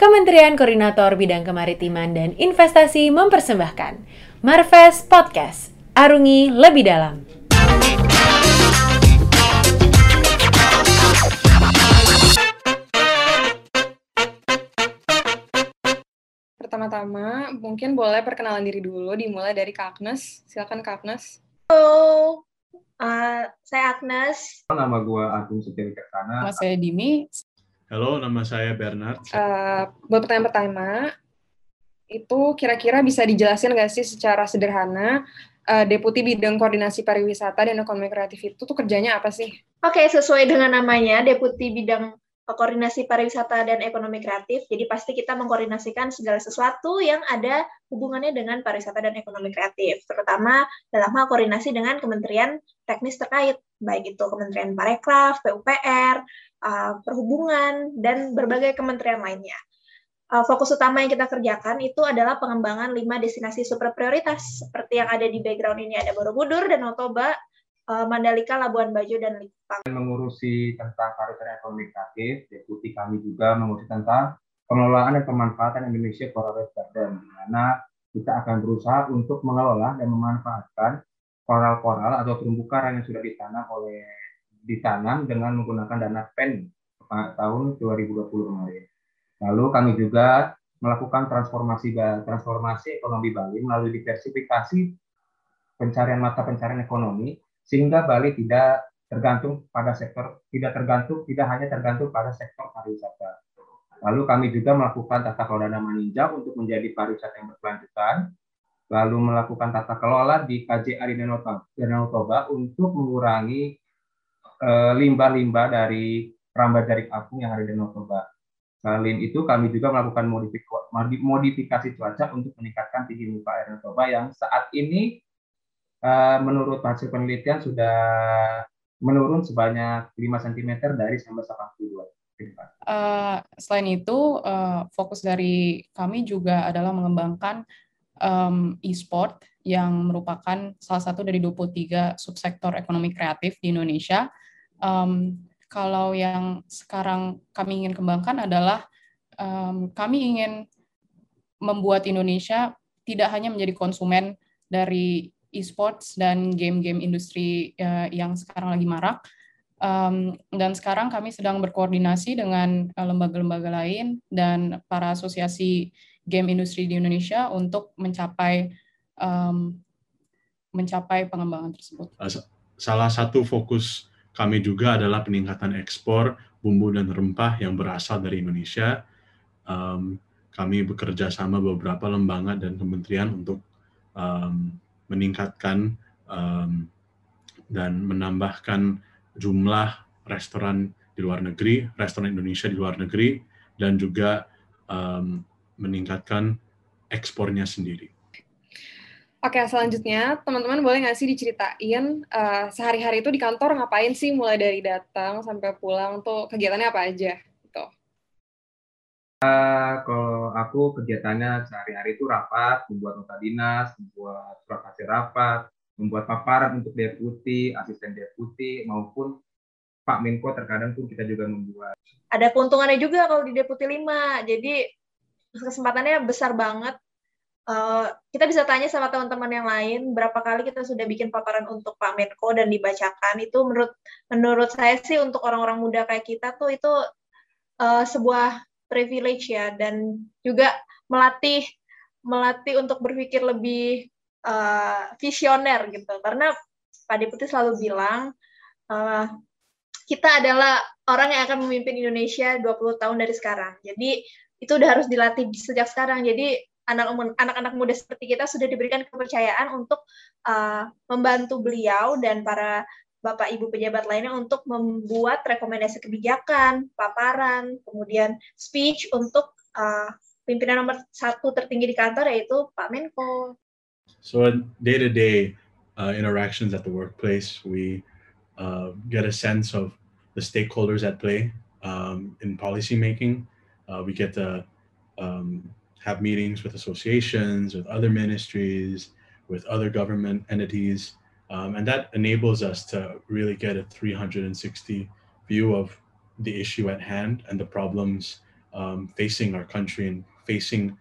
Kementerian Koordinator Bidang Kemaritiman dan Investasi mempersembahkan Marves Podcast, Arungi Lebih Dalam. Pertama-tama, mungkin boleh perkenalan diri dulu, dimulai dari Kak Agnes. Silakan Kak Agnes. Halo, saya Agnes. Nama gue Agung Setia Wicaksana. Nama saya Dimi. Halo, nama saya Bernard. Buat pertanyaan pertama, itu kira-kira bisa dijelasin nggak sih secara sederhana, Deputi Bidang Koordinasi Pariwisata dan Ekonomi Kreatif itu tuh kerjanya apa sih? Oke, sesuai dengan namanya, Deputi Bidang Koordinasi Pariwisata dan Ekonomi Kreatif. Jadi pasti kita mengkoordinasikan segala sesuatu yang ada hubungannya dengan pariwisata dan ekonomi kreatif, terutama dalam hal koordinasi dengan kementerian teknis terkait, baik itu Kementerian Parekraf, PUPR, Perhubungan, dan berbagai kementerian lainnya. Fokus utama yang kita kerjakan itu adalah pengembangan 5 destinasi super prioritas, seperti yang ada di background ini, ada Borobudur, Danau Toba, Mandalika, Labuan Bajo, dan Likupang. Mengurusi tentang pariwisata dan ekonomi kreatif, deputi kami juga mengurusi tentang pengelolaan dan pemanfaatan Indonesia Coral Reef Garden, di mana kita akan berusaha untuk mengelola dan memanfaatkan koral-koral atau terumbu karang yang sudah ditanam dengan menggunakan dana PEN tahun 2020 kemarin. Lalu kami juga melakukan transformasi ekonomi Bali melalui diversifikasi pencarian mata pencarian ekonomi, sehingga Bali tidak hanya tergantung pada sektor pariwisata. Lalu kami juga melakukan tata kelola dana maninjau untuk menjadi pariwisata yang berkelanjutan, lalu melakukan tata kelola di KJA di Danau Toba untuk mengurangi limbah-limbah dari rambat jarik apung yang ada di Danau Toba. Selain itu, kami juga melakukan modifikasi cuaca untuk meningkatkan tinggi muka air Danau Toba yang saat ini menurut hasil penelitian sudah menurun sebanyak 5 cm dari 1982. Selain itu, fokus dari kami juga adalah mengembangkan e-sport yang merupakan salah satu dari 23 subsektor ekonomi kreatif di Indonesia. Kalau yang sekarang kami ingin kembangkan adalah kami ingin membuat Indonesia tidak hanya menjadi konsumen dari e-sports dan game-game industri yang sekarang lagi marak, dan sekarang kami sedang berkoordinasi dengan lembaga-lembaga lain dan para asosiasi game industri di Indonesia untuk mencapai pengembangan tersebut. Salah satu fokus kami juga adalah peningkatan ekspor bumbu dan rempah yang berasal dari Indonesia. Kami bekerja sama beberapa lembaga dan kementerian untuk meningkatkan dan menambahkan jumlah restoran di luar negeri, restoran Indonesia di luar negeri, dan juga meningkatkan ekspornya sendiri. Oke, selanjutnya teman-teman boleh nggak sih diceritain sehari-hari itu di kantor ngapain sih, mulai dari datang sampai pulang tuh kegiatannya apa aja? Gitu. Kalau aku kegiatannya sehari-hari itu rapat, membuat nota dinas, membuat surat hasil rapat, membuat paparan untuk deputi, asisten deputi, maupun Pak Menko terkadang pun kita juga membuat. Ada keuntungannya juga kalau di Deputi 5, jadi kesempatannya besar banget. Kita bisa tanya sama teman-teman yang lain, berapa kali kita sudah bikin paparan untuk Pak Menko dan dibacakan. Itu menurut saya sih untuk orang-orang muda kayak kita tuh itu sebuah privilege ya, dan juga melatih untuk berpikir lebih visioner gitu. Karena Pak Deputi selalu bilang kita adalah orang yang akan memimpin Indonesia 20 tahun dari sekarang. Jadi itu udah harus dilatih sejak sekarang. Jadi anak-anak muda seperti kita sudah diberikan kepercayaan untuk membantu beliau dan para Bapak Ibu pejabat lainnya untuk membuat rekomendasi kebijakan, paparan, kemudian speech untuk pimpinan nomor 1 tertinggi di kantor, yaitu Pak Menko. So day-to-day interactions at the workplace, we get a sense of the stakeholders at play in policy making. We get to have meetings with associations, with other ministries, with other government entities, and that enables us to really get a 360 view of the issue at hand and the problems facing our country and facing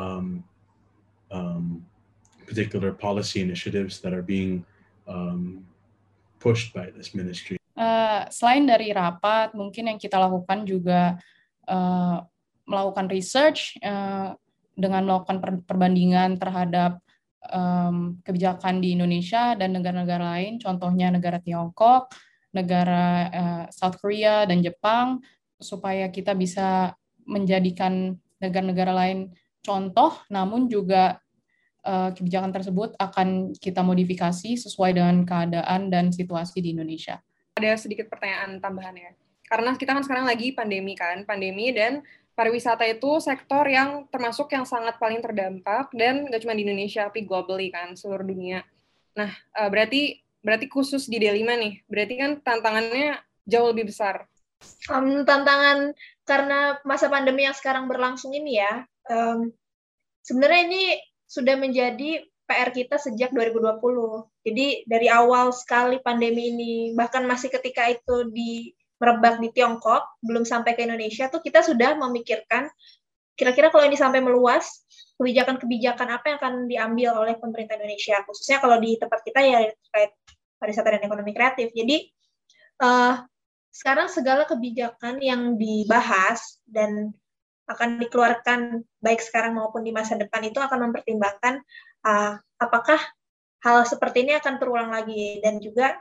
particular policy initiatives that are being pushed by this ministry. Selain dari rapat, mungkin yang kita lakukan juga melakukan research dengan melakukan perbandingan terhadap kebijakan di Indonesia dan negara-negara lain, contohnya negara Tiongkok, negara South Korea, dan Jepang, supaya kita bisa menjadikan negara-negara lain contoh, namun juga kebijakan tersebut akan kita modifikasi sesuai dengan keadaan dan situasi di Indonesia. Ada sedikit pertanyaan tambahan ya. Karena kita kan sekarang lagi pandemi dan pariwisata itu sektor yang termasuk yang sangat paling terdampak dan nggak cuma di Indonesia tapi globally kan, seluruh dunia. Nah, berarti khusus di D5 nih, berarti kan tantangannya jauh lebih besar. Tantangan karena masa pandemi yang sekarang berlangsung ini ya, sebenarnya ini sudah menjadi PR kita sejak 2020. Jadi dari awal sekali pandemi ini, bahkan masih ketika itu merebak di Tiongkok, belum sampai ke Indonesia, tuh kita sudah memikirkan kira-kira kalau ini sampai meluas, kebijakan-kebijakan apa yang akan diambil oleh pemerintah Indonesia, khususnya kalau di tempat kita ya terkait pariwisata dan ekonomi kreatif. Jadi sekarang segala kebijakan yang dibahas dan akan dikeluarkan baik sekarang maupun di masa depan itu akan mempertimbangkan apakah hal seperti ini akan terulang lagi, dan juga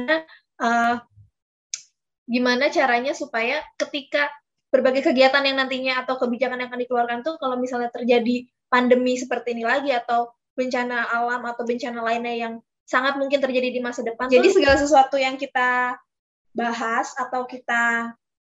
gimana caranya supaya ketika berbagai kegiatan yang nantinya atau kebijakan yang akan dikeluarkan tuh kalau misalnya terjadi pandemi seperti ini lagi atau bencana alam atau bencana lainnya yang sangat mungkin terjadi di masa depan. Jadi segala sesuatu yang kita bahas atau kita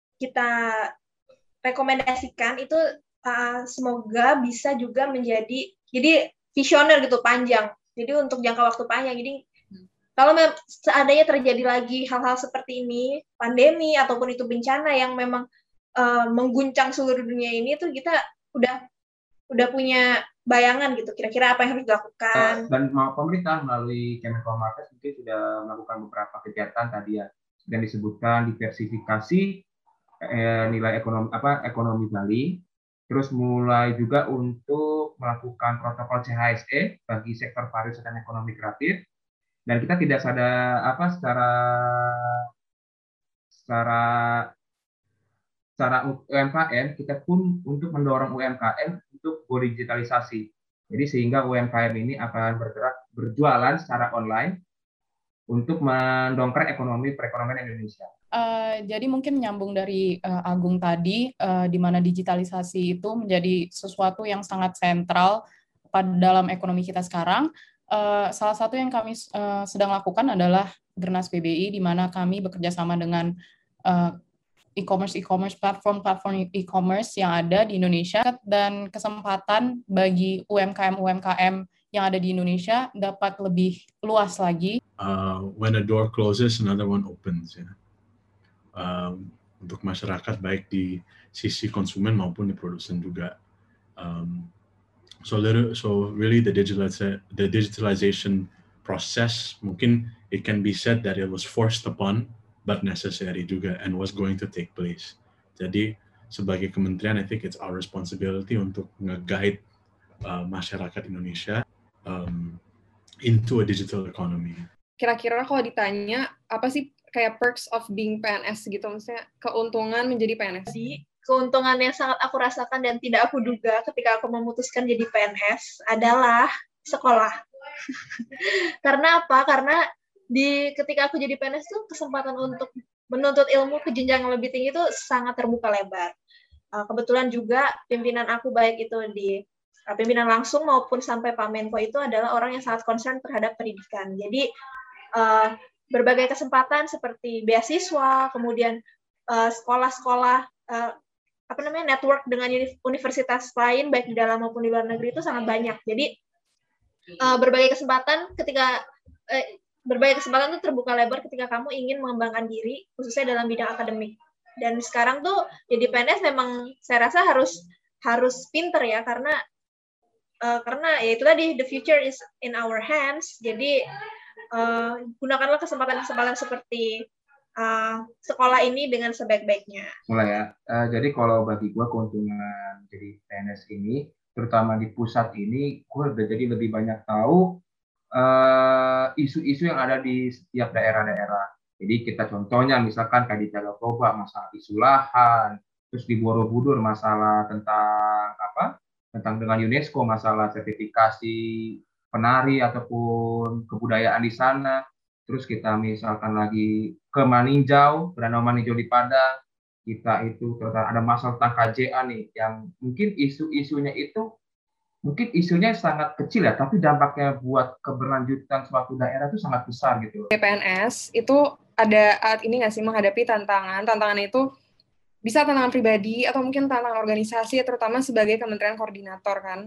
rekomendasikan itu semoga bisa juga menjadi visioner gitu, panjang. Jadi untuk jangka waktu panjang. Jadi kalau seandainya terjadi lagi hal-hal seperti ini, pandemi ataupun itu bencana yang memang mengguncang seluruh dunia ini, itu kita udah punya bayangan gitu, kira-kira apa yang harus dilakukan. Dan pemerintah melalui Kemenko Marves mungkin sudah melakukan beberapa kegiatan tadi ya, yang disebutkan diversifikasi nilai ekonomi Bali, terus mulai juga untuk melakukan protokol CHSE bagi sektor pariwisata dan ekonomi kreatif. Dan kita tidak secara UMKM, kita pun untuk mendorong UMKM untuk digitalisasi. Jadi sehingga UMKM ini akan berjualan secara online untuk mendongkrak perekonomian Indonesia. Jadi mungkin menyambung dari Agung tadi, di mana digitalisasi itu menjadi sesuatu yang sangat sentral pada dalam ekonomi kita sekarang. Salah satu yang kami sedang lakukan adalah Gernas PBI, di mana kami bekerja sama dengan e-commerce platform e-commerce yang ada di Indonesia, dan kesempatan bagi UMKM yang ada di Indonesia dapat lebih luas lagi. When a door closes, another one opens. Ya. Untuk masyarakat baik di sisi konsumen maupun di produsen juga. So really the digitalization process, mungkin it can be said that it was forced upon but necessary juga and was going to take place. Jadi sebagai kementerian, I think it's our responsibility untuk nge-guide masyarakat Indonesia into a digital economy. Kira-kira kalau ditanya apa sih kayak perks of being PNS gitu, maksudnya keuntungan menjadi PNS? Jadi keuntungan yang sangat aku rasakan dan tidak aku duga ketika aku memutuskan jadi PNS adalah sekolah. Karena apa? Karena ketika aku jadi PNS tuh kesempatan untuk menuntut ilmu ke jenjang yang lebih tinggi itu sangat terbuka lebar. Kebetulan juga pimpinan aku baik itu di pimpinan langsung maupun sampai Pak Menko itu adalah orang yang sangat concern terhadap pendidikan. Jadi berbagai kesempatan seperti beasiswa, kemudian sekolah-sekolah network dengan universitas lain baik di dalam maupun di luar negeri itu sangat banyak. Jadi berbagai kesempatan itu terbuka lebar ketika kamu ingin mengembangkan diri khususnya dalam bidang akademik. Dan sekarang tuh jadi PNS memang saya rasa harus pinter ya, karena ya itu tadi, the future is in our hands. Jadi gunakanlah kesempatan-kesempatan seperti sekolah ini dengan sebaik-baiknya. Mulai ya. Jadi kalau bagi gue keuntungan jadi PNS ini, terutama di pusat ini, gue udah jadi lebih banyak tahu isu-isu yang ada di setiap daerah-daerah. Jadi kita contohnya misalkan kayak di Calocoba masalah isu lahan, terus di Borobudur masalah tentang apa? Tentang dengan UNESCO masalah sertifikasi penari ataupun kebudayaan di sana. Terus kita misalkan lagi ke Maninjau, Danau Maninjau di Padang, kita itu ternyata ada masalah tentang KJA nih, yang mungkin isu-isunya itu mungkin isunya sangat kecil ya, tapi dampaknya buat keberlanjutan suatu daerah itu sangat besar gitu. PNS itu ada ini nggak sih menghadapi tantangan itu bisa tantangan pribadi atau mungkin tantangan organisasi, terutama sebagai kementerian koordinator kan?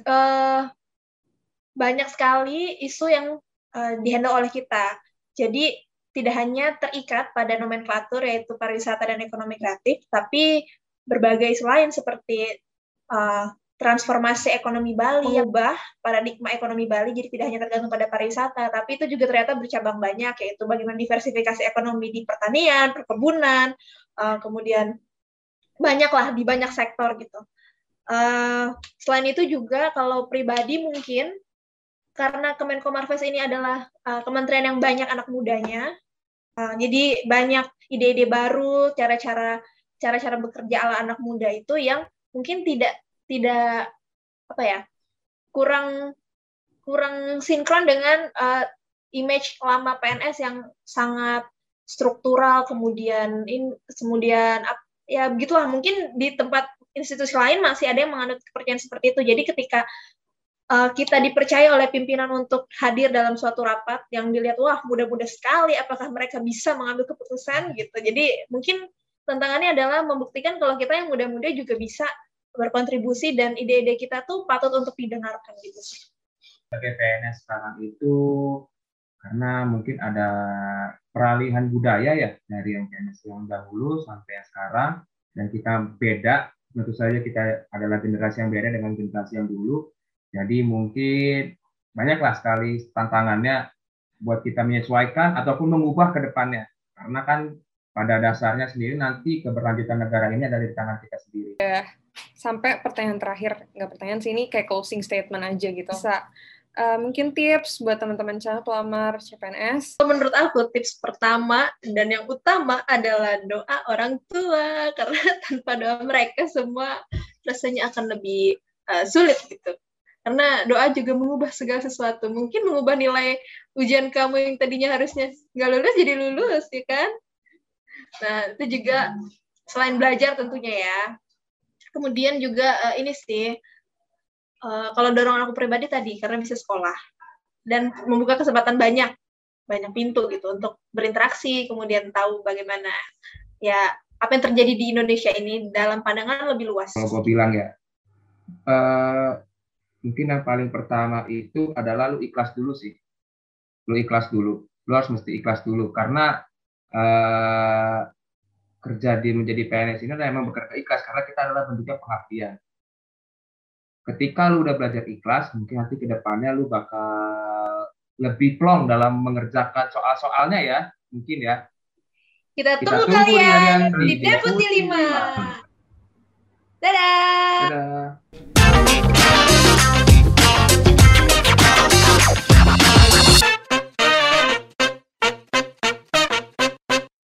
Banyak sekali isu yang dihandle oleh kita. Jadi tidak hanya terikat pada nomenklatur yaitu pariwisata dan ekonomi kreatif, tapi berbagai isu lain seperti transformasi ekonomi Bali, mengubah paradigma ekonomi Bali jadi tidak hanya tergantung pada pariwisata, tapi itu juga ternyata bercabang banyak, yaitu bagaimana diversifikasi ekonomi di pertanian, perkebunan, kemudian banyaklah di banyak sektor gitu. Selain itu juga kalau pribadi mungkin karena Kemenko Marves ini adalah kementerian yang banyak anak mudanya, jadi banyak ide-ide baru, cara-cara bekerja ala anak muda itu yang mungkin tidak apa ya, kurang sinkron dengan image lama PNS yang sangat struktural, kemudian ya begitulah, mungkin di tempat institusi lain masih ada yang menganut kepercayaan seperti itu. Jadi ketika kita dipercaya oleh pimpinan untuk hadir dalam suatu rapat yang dilihat, wah muda-muda sekali, apakah mereka bisa mengambil keputusan gitu. Jadi mungkin tantangannya adalah membuktikan kalau kita yang muda-muda juga bisa berkontribusi dan ide-ide kita tuh patut untuk didengarkan gitu sih. Sebagai PNS sekarang itu karena mungkin ada peralihan budaya ya dari yang PNS yang dahulu sampai yang sekarang, dan kita beda, tentu saja kita adalah generasi yang beda dengan generasi yang dulu. Jadi mungkin banyaklah sekali tantangannya buat kita menyesuaikan ataupun mengubah ke depannya. Karena kan pada dasarnya sendiri nanti keberlanjutan negara ini ada di tangan kita sendiri. Sampai pertanyaan terakhir, nggak pertanyaan sih, ini kayak closing statement aja gitu. Bisa mungkin tips buat teman-teman calon pelamar CPNS? Menurut aku tips pertama dan yang utama adalah doa orang tua, karena tanpa doa mereka semua rasanya akan lebih sulit gitu. Karena doa juga mengubah segala sesuatu. Mungkin mengubah nilai ujian kamu yang tadinya harusnya nggak lulus jadi lulus, ya kan? Nah, itu juga selain belajar tentunya ya. Kemudian juga ini sih, kalau dorongan aku pribadi tadi, karena bisa sekolah. Dan membuka kesempatan banyak pintu gitu untuk berinteraksi, kemudian tahu bagaimana ya apa yang terjadi di Indonesia ini dalam pandangan lebih luas. Kalau gue bilang ya, mungkin yang paling pertama itu adalah lu ikhlas dulu sih. Lu ikhlas dulu. Lu harus mesti ikhlas dulu. Karena kerja menjadi PNS ini adalah memang bekerja ikhlas. Karena kita adalah bentuknya pengabdian. Ketika lu udah belajar ikhlas, mungkin nanti ke depannya lu bakal lebih plong dalam mengerjakan soal-soalnya ya. Mungkin ya. Kita tunggu kalian di Deputi 5. Dadah! Dadah!